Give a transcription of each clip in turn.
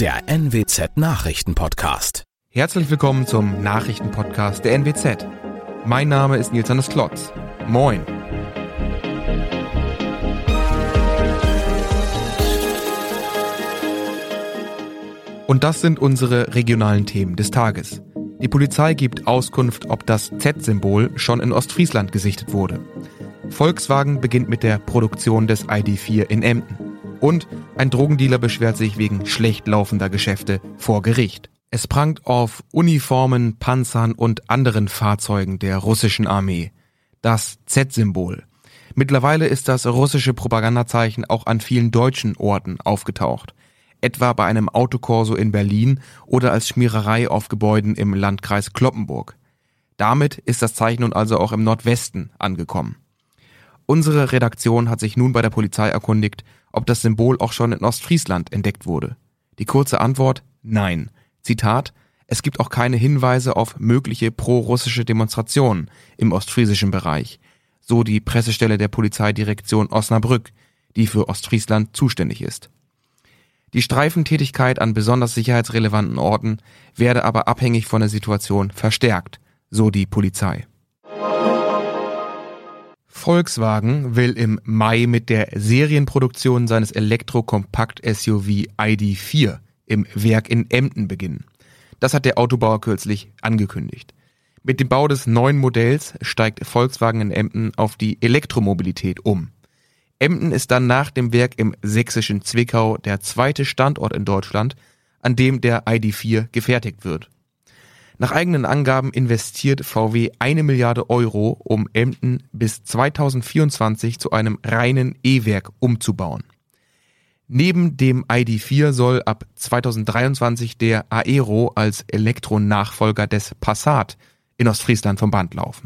der NWZ Nachrichtenpodcast. Herzlich willkommen zum Nachrichtenpodcast der NWZ. Mein Name ist Nils Hannes Klotz. Moin. Und das sind unsere regionalen Themen des Tages. Die Polizei gibt Auskunft, ob das Z-Symbol schon in Ostfriesland gesichtet wurde. Volkswagen beginnt mit der Produktion des ID.4 in Emden. Und ein Drogendealer beschwert sich wegen schlecht laufender Geschäfte vor Gericht. Es prangt auf Uniformen, Panzern und anderen Fahrzeugen der russischen Armee. Das Z-Symbol. Mittlerweile ist das russische Propagandazeichen auch an vielen deutschen Orten aufgetaucht. Etwa bei einem Autokorso in Berlin oder als Schmiererei auf Gebäuden im Landkreis Cloppenburg. Damit ist das Zeichen nun also auch im Nordwesten angekommen. Unsere Redaktion hat sich nun bei der Polizei erkundigt, ob das Symbol auch schon in Ostfriesland entdeckt wurde. Die kurze Antwort: Nein. Zitat: Es gibt auch keine Hinweise auf mögliche pro-russische Demonstrationen im ostfriesischen Bereich, so die Pressestelle der Polizeidirektion Osnabrück, die für Ostfriesland zuständig ist. Die Streifentätigkeit an besonders sicherheitsrelevanten Orten werde aber abhängig von der Situation verstärkt, so die Polizei. Volkswagen will im Mai mit der Serienproduktion seines Elektro-Kompakt-SUV ID.4 im Werk in Emden beginnen. Das hat der Autobauer kürzlich angekündigt. Mit dem Bau des neuen Modells steigt Volkswagen in Emden auf die Elektromobilität um. Emden ist dann nach dem Werk im sächsischen Zwickau der zweite Standort in Deutschland, an dem der ID.4 gefertigt wird. Nach eigenen Angaben investiert VW 1 Milliarde Euro, um Emden bis 2024 zu einem reinen E-Werk umzubauen. Neben dem ID.4 soll ab 2023 der Aero als Elektronachfolger des Passat in Ostfriesland vom Band laufen.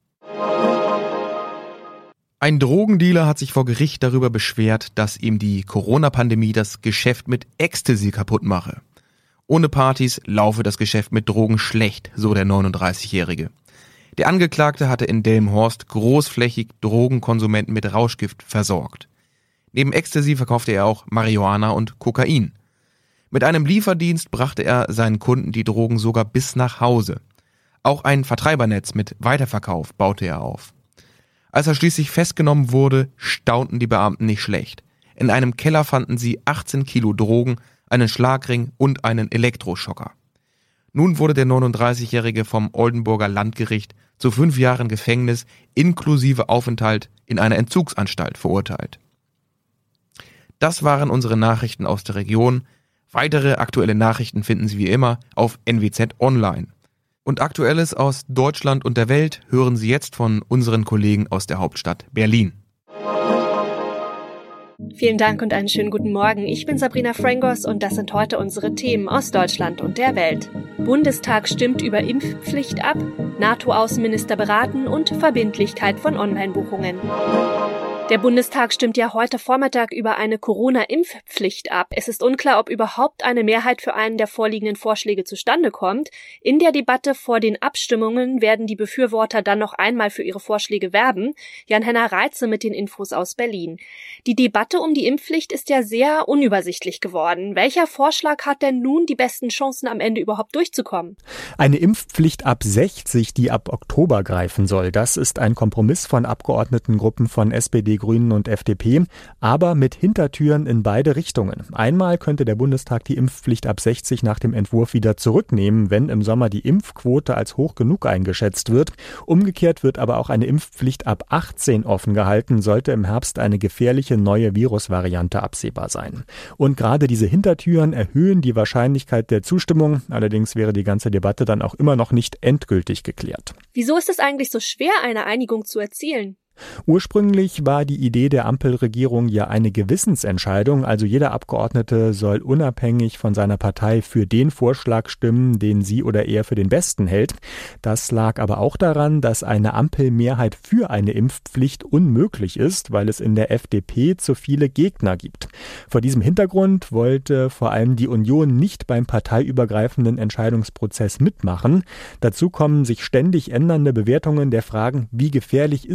Ein Drogendealer hat sich vor Gericht darüber beschwert, dass ihm die Corona-Pandemie das Geschäft mit Ecstasy kaputt mache. Ohne Partys laufe das Geschäft mit Drogen schlecht, so der 39-Jährige. Der Angeklagte hatte in Delmenhorst großflächig Drogenkonsumenten mit Rauschgift versorgt. Neben Ecstasy verkaufte er auch Marihuana und Kokain. Mit einem Lieferdienst brachte er seinen Kunden die Drogen sogar bis nach Hause. Auch ein Vertreibernetz mit Weiterverkauf baute er auf. Als er schließlich festgenommen wurde, staunten die Beamten nicht schlecht. In einem Keller fanden sie 18 Kilo Drogen, einen Schlagring und einen Elektroschocker. Nun wurde der 39-Jährige vom Oldenburger Landgericht zu 5 Jahren Gefängnis inklusive Aufenthalt in einer Entzugsanstalt verurteilt. Das waren unsere Nachrichten aus der Region. Weitere aktuelle Nachrichten finden Sie wie immer auf NWZ Online. Und Aktuelles aus Deutschland und der Welt hören Sie jetzt von unseren Kollegen aus der Hauptstadt Berlin. Vielen Dank und einen schönen guten Morgen. Ich bin Sabrina Frangos und das sind heute unsere Themen aus Deutschland und der Welt. Bundestag stimmt über Impfpflicht ab, NATO-Außenminister beraten und Verbindlichkeit von Online-Buchungen. Der Bundestag stimmt ja heute Vormittag über eine Corona-Impfpflicht ab. Es ist unklar, ob überhaupt eine Mehrheit für einen der vorliegenden Vorschläge zustande kommt. In der Debatte vor den Abstimmungen werden die Befürworter dann noch einmal für ihre Vorschläge werben. Jan-Henner Reitze mit den Infos aus Berlin. Die Debatte um die Impfpflicht ist ja sehr unübersichtlich geworden. Welcher Vorschlag hat denn nun die besten Chancen, am Ende überhaupt durchzukommen? Eine Impfpflicht ab 60, die ab Oktober greifen soll. Das ist ein Kompromiss von Abgeordnetengruppen von SPD, Grünen und FDP, aber mit Hintertüren in beide Richtungen. Einmal könnte der Bundestag die Impfpflicht ab 60 nach dem Entwurf wieder zurücknehmen, wenn im Sommer die Impfquote als hoch genug eingeschätzt wird. Umgekehrt wird aber auch eine Impfpflicht ab 18 offen gehalten, sollte im Herbst eine gefährliche neue Virusvariante absehbar sein. Und gerade diese Hintertüren erhöhen die Wahrscheinlichkeit der Zustimmung. Allerdings wäre die ganze Debatte dann auch immer noch nicht endgültig geklärt. Wieso ist es eigentlich so schwer, eine Einigung zu erzielen? Ursprünglich war die Idee der Ampelregierung ja eine Gewissensentscheidung, also jeder Abgeordnete soll unabhängig von seiner Partei für den Vorschlag stimmen, den sie oder er für den besten hält. Das lag aber auch daran, dass eine Ampelmehrheit für eine Impfpflicht unmöglich ist, weil es in der FDP zu viele Gegner gibt. Vor diesem Hintergrund wollte vor allem die Union nicht beim parteiübergreifenden Entscheidungsprozess mitmachen. Dazu kommen sich ständig ändernde Bewertungen der Fragen, wie gefährlich ist Corona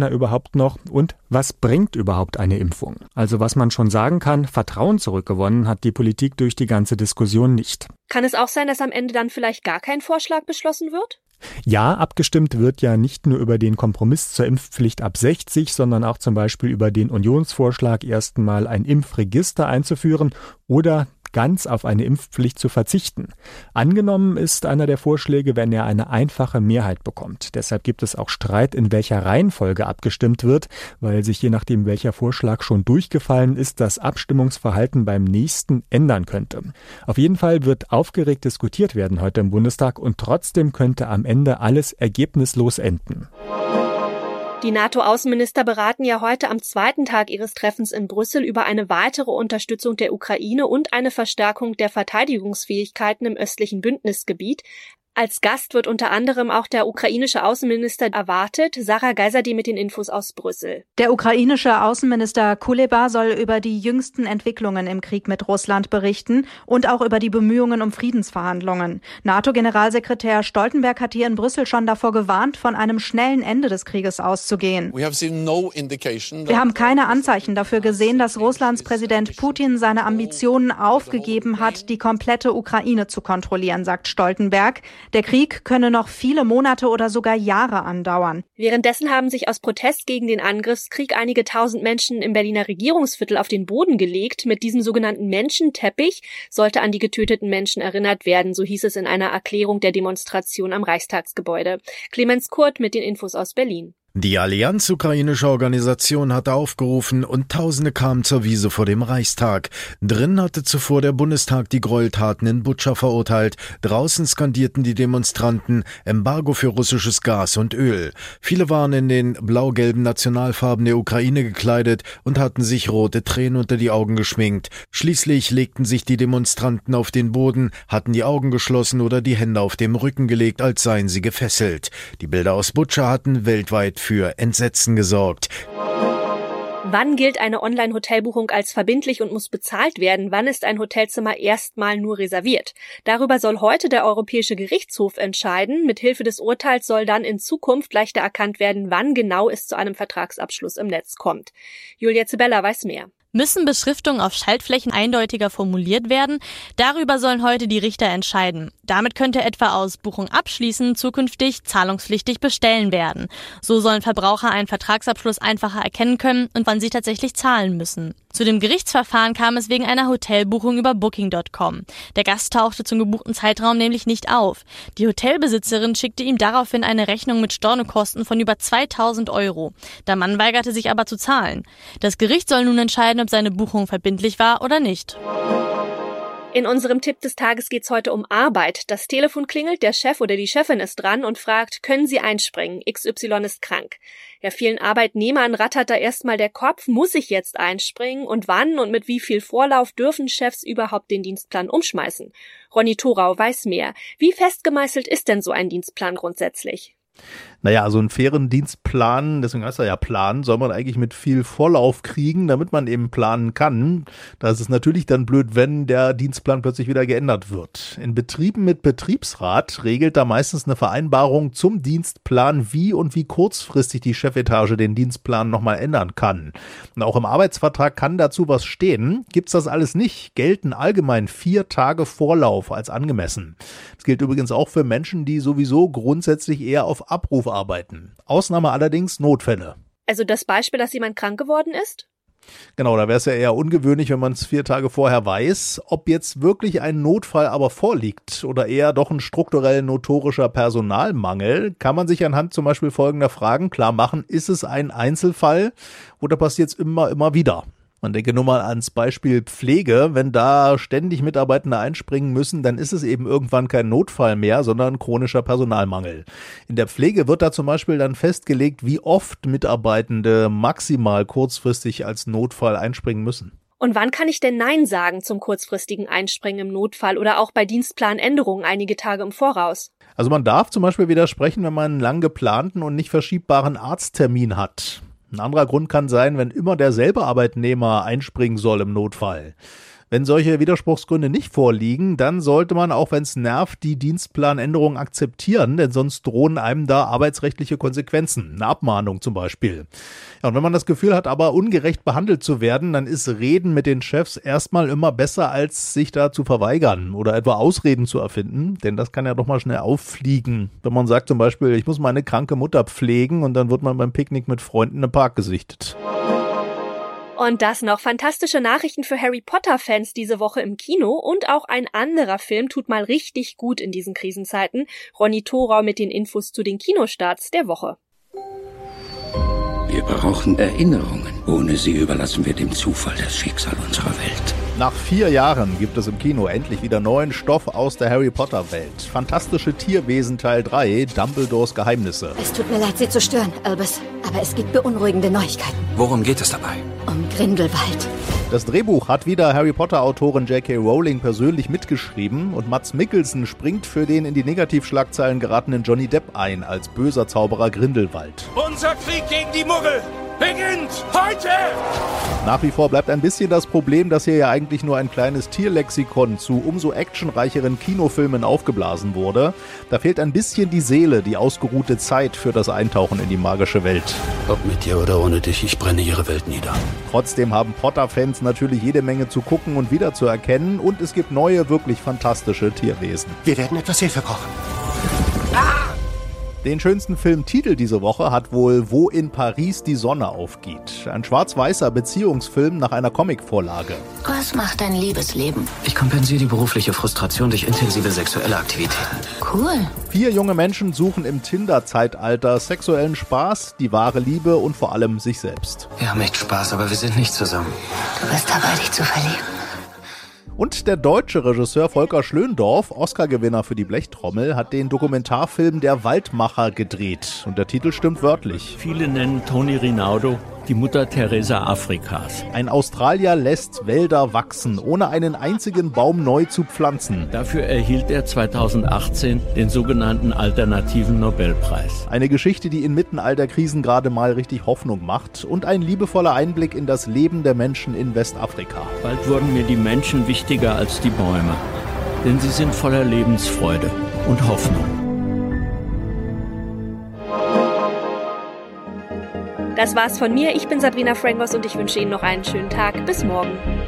Corona überhaupt noch und was bringt überhaupt eine Impfung? Also was man schon sagen kann, Vertrauen zurückgewonnen hat die Politik durch die ganze Diskussion nicht. Kann es auch sein, dass am Ende dann vielleicht gar kein Vorschlag beschlossen wird? Ja, abgestimmt wird ja nicht nur über den Kompromiss zur Impfpflicht ab 60, sondern auch zum Beispiel über den Unionsvorschlag, erstmal ein Impfregister einzuführen oder ganz auf eine Impfpflicht zu verzichten. Angenommen ist einer der Vorschläge, wenn er eine einfache Mehrheit bekommt. Deshalb gibt es auch Streit, in welcher Reihenfolge abgestimmt wird, weil sich je nachdem, welcher Vorschlag schon durchgefallen ist, das Abstimmungsverhalten beim nächsten ändern könnte. Auf jeden Fall wird aufgeregt diskutiert werden heute im Bundestag und trotzdem könnte am Ende alles ergebnislos enden. Die NATO-Außenminister beraten ja heute am zweiten Tag ihres Treffens in Brüssel über eine weitere Unterstützung der Ukraine und eine Verstärkung der Verteidigungsfähigkeiten im östlichen Bündnisgebiet. Als Gast wird unter anderem auch der ukrainische Außenminister erwartet. Sarah Geiserde mit den Infos aus Brüssel. Der ukrainische Außenminister Kuleba soll über die jüngsten Entwicklungen im Krieg mit Russland berichten und auch über die Bemühungen um Friedensverhandlungen. NATO-Generalsekretär Stoltenberg hat hier in Brüssel schon davor gewarnt, von einem schnellen Ende des Krieges auszugehen. Wir haben keine Anzeichen dafür gesehen, dass Russlands Präsident Putin seine Ambitionen aufgegeben hat, die komplette Ukraine zu kontrollieren, sagt Stoltenberg. Der Krieg könne noch viele Monate oder sogar Jahre andauern. Währenddessen haben sich aus Protest gegen den Angriffskrieg einige tausend Menschen im Berliner Regierungsviertel auf den Boden gelegt. Mit diesem sogenannten Menschenteppich sollte an die getöteten Menschen erinnert werden, so hieß es in einer Erklärung der Demonstration am Reichstagsgebäude. Clemens Kurt mit den Infos aus Berlin. Die Allianz ukrainischer Organisation hatte aufgerufen und Tausende kamen zur Wiese vor dem Reichstag. Drin hatte zuvor der Bundestag die Gräueltaten in Butscha verurteilt. Draußen skandierten die Demonstranten Embargo für russisches Gas und Öl. Viele waren in den blau-gelben Nationalfarben der Ukraine gekleidet und hatten sich rote Tränen unter die Augen geschminkt. Schließlich legten sich die Demonstranten auf den Boden, hatten die Augen geschlossen oder die Hände auf dem Rücken gelegt, als seien sie gefesselt. Die Bilder aus Butscha hatten weltweit für Entsetzen gesorgt. Wann gilt eine Online-Hotelbuchung als verbindlich und muss bezahlt werden? Wann ist ein Hotelzimmer erstmal nur reserviert? Darüber soll heute der Europäische Gerichtshof entscheiden. Mithilfe des Urteils soll dann in Zukunft leichter erkannt werden, wann genau es zu einem Vertragsabschluss im Netz kommt. Julia Zibella weiß mehr. Müssen Beschriftungen auf Schaltflächen eindeutiger formuliert werden? Darüber sollen heute die Richter entscheiden. Damit könnte etwa aus Buchung abschließen zukünftig zahlungspflichtig bestellen werden. So sollen Verbraucher einen Vertragsabschluss einfacher erkennen können und wann sie tatsächlich zahlen müssen. Zu dem Gerichtsverfahren kam es wegen einer Hotelbuchung über Booking.com. Der Gast tauchte zum gebuchten Zeitraum nämlich nicht auf. Die Hotelbesitzerin schickte ihm daraufhin eine Rechnung mit Stornokosten von über 2.000 €. Der Mann weigerte sich aber zu zahlen. Das Gericht soll nun entscheiden, ob seine Buchung verbindlich war oder nicht. In unserem Tipp des Tages geht's heute um Arbeit. Das Telefon klingelt, der Chef oder die Chefin ist dran und fragt, können Sie einspringen? XY ist krank. Ja, vielen Arbeitnehmern rattert da erstmal der Kopf, muss ich jetzt einspringen? Und wann und mit wie viel Vorlauf dürfen Chefs überhaupt den Dienstplan umschmeißen? Ronny Thorau weiß mehr. Wie festgemeißelt ist denn so ein Dienstplan grundsätzlich? Naja, also einen fairen Dienstplan, deswegen heißt er ja Plan, soll man eigentlich mit viel Vorlauf kriegen, damit man eben planen kann. Das ist natürlich dann blöd, wenn der Dienstplan plötzlich wieder geändert wird. In Betrieben mit Betriebsrat regelt da meistens eine Vereinbarung zum Dienstplan, wie und wie kurzfristig die Chefetage den Dienstplan nochmal ändern kann. Und auch im Arbeitsvertrag kann dazu was stehen. Gibt's das alles nicht, gelten allgemein 4 Tage Vorlauf als angemessen. Das gilt übrigens auch für Menschen, die sowieso grundsätzlich eher auf Abruf arbeiten. Ausnahme allerdings Notfälle. Also das Beispiel, dass jemand krank geworden ist? Genau, da wäre es ja eher ungewöhnlich, wenn man es 4 Tage vorher weiß. Ob jetzt wirklich ein Notfall aber vorliegt oder eher doch ein strukturell notorischer Personalmangel, kann man sich anhand zum Beispiel folgender Fragen klar machen. Ist es ein Einzelfall oder passiert es immer wieder? Man denke nur mal ans Beispiel Pflege. Wenn da ständig Mitarbeitende einspringen müssen, dann ist es eben irgendwann kein Notfall mehr, sondern chronischer Personalmangel. In der Pflege wird da zum Beispiel dann festgelegt, wie oft Mitarbeitende maximal kurzfristig als Notfall einspringen müssen. Und wann kann ich denn Nein sagen zum kurzfristigen Einspringen im Notfall oder auch bei Dienstplanänderungen einige Tage im Voraus? Also man darf zum Beispiel widersprechen, wenn man einen lang geplanten und nicht verschiebbaren Arzttermin hat. Ein anderer Grund kann sein, wenn immer derselbe Arbeitnehmer einspringen soll im Notfall. Wenn solche Widerspruchsgründe nicht vorliegen, dann sollte man, auch wenn es nervt, die Dienstplanänderung akzeptieren, denn sonst drohen einem da arbeitsrechtliche Konsequenzen, eine Abmahnung zum Beispiel. Ja, und wenn man das Gefühl hat, aber ungerecht behandelt zu werden, dann ist Reden mit den Chefs erstmal immer besser, als sich da zu verweigern oder etwa Ausreden zu erfinden, denn das kann ja doch mal schnell auffliegen. Wenn man sagt zum Beispiel, ich muss meine kranke Mutter pflegen und dann wird man beim Picknick mit Freunden im Park gesichtet. Und das noch fantastische Nachrichten für Harry Potter-Fans diese Woche im Kino und auch ein anderer Film tut mal richtig gut in diesen Krisenzeiten. Ronny Thorau mit den Infos zu den Kinostarts der Woche. Wir brauchen Erinnerungen. Ohne sie überlassen wir dem Zufall das Schicksal unserer Welt. Nach 4 Jahren gibt es im Kino endlich wieder neuen Stoff aus der Harry Potter Welt. Fantastische Tierwesen Teil 3, Dumbledores Geheimnisse. Es tut mir leid, Sie zu stören, Albus, aber es gibt beunruhigende Neuigkeiten. Worum geht es dabei? Um Grindelwald. Das Drehbuch hat wieder Harry Potter-Autorin J.K. Rowling persönlich mitgeschrieben und Mads Mikkelsen springt für den in die Negativschlagzeilen geratenen Johnny Depp ein als böser Zauberer Grindelwald. Unser Krieg gegen die Muggel beginnt heute! Nach wie vor bleibt ein bisschen das Problem, dass hier ja eigentlich nur ein kleines Tierlexikon zu umso actionreicheren Kinofilmen aufgeblasen wurde. Da fehlt ein bisschen die Seele, die ausgeruhte Zeit für das Eintauchen in die magische Welt. Ob mit dir oder ohne dich, ich brenne ihre Welt nieder. Trotzdem haben Potter-Fans natürlich jede Menge zu gucken und wiederzuerkennen und es gibt neue, wirklich fantastische Tierwesen. Wir werden etwas Hilfe brauchen. Den schönsten Filmtitel diese Woche hat wohl Wo in Paris die Sonne aufgeht. Ein schwarz-weißer Beziehungsfilm nach einer Comicvorlage. Was macht dein Liebesleben? Ich kompensiere die berufliche Frustration durch intensive sexuelle Aktivitäten. Cool. 4 junge Menschen suchen im Tinder-Zeitalter sexuellen Spaß, die wahre Liebe und vor allem sich selbst. Wir haben echt Spaß, aber wir sind nicht zusammen. Du bist dabei, dich zu verlieben. Und der deutsche Regisseur Volker Schlöndorff, Oscar-Gewinner für die Blechtrommel, hat den Dokumentarfilm Der Waldmacher gedreht. Und der Titel stimmt wörtlich. Viele nennen Toni Rinaldo die Mutter Teresa Afrikas. Ein Australier lässt Wälder wachsen, ohne einen einzigen Baum neu zu pflanzen. Dafür erhielt er 2018 den sogenannten Alternativen Nobelpreis. Eine Geschichte, die inmitten all der Krisen gerade mal richtig Hoffnung macht und ein liebevoller Einblick in das Leben der Menschen in Westafrika. Bald wurden mir die Menschen wichtiger als die Bäume, denn sie sind voller Lebensfreude und Hoffnung. Das war's von mir. Ich bin Sabrina Frangos und ich wünsche Ihnen noch einen schönen Tag. Bis morgen.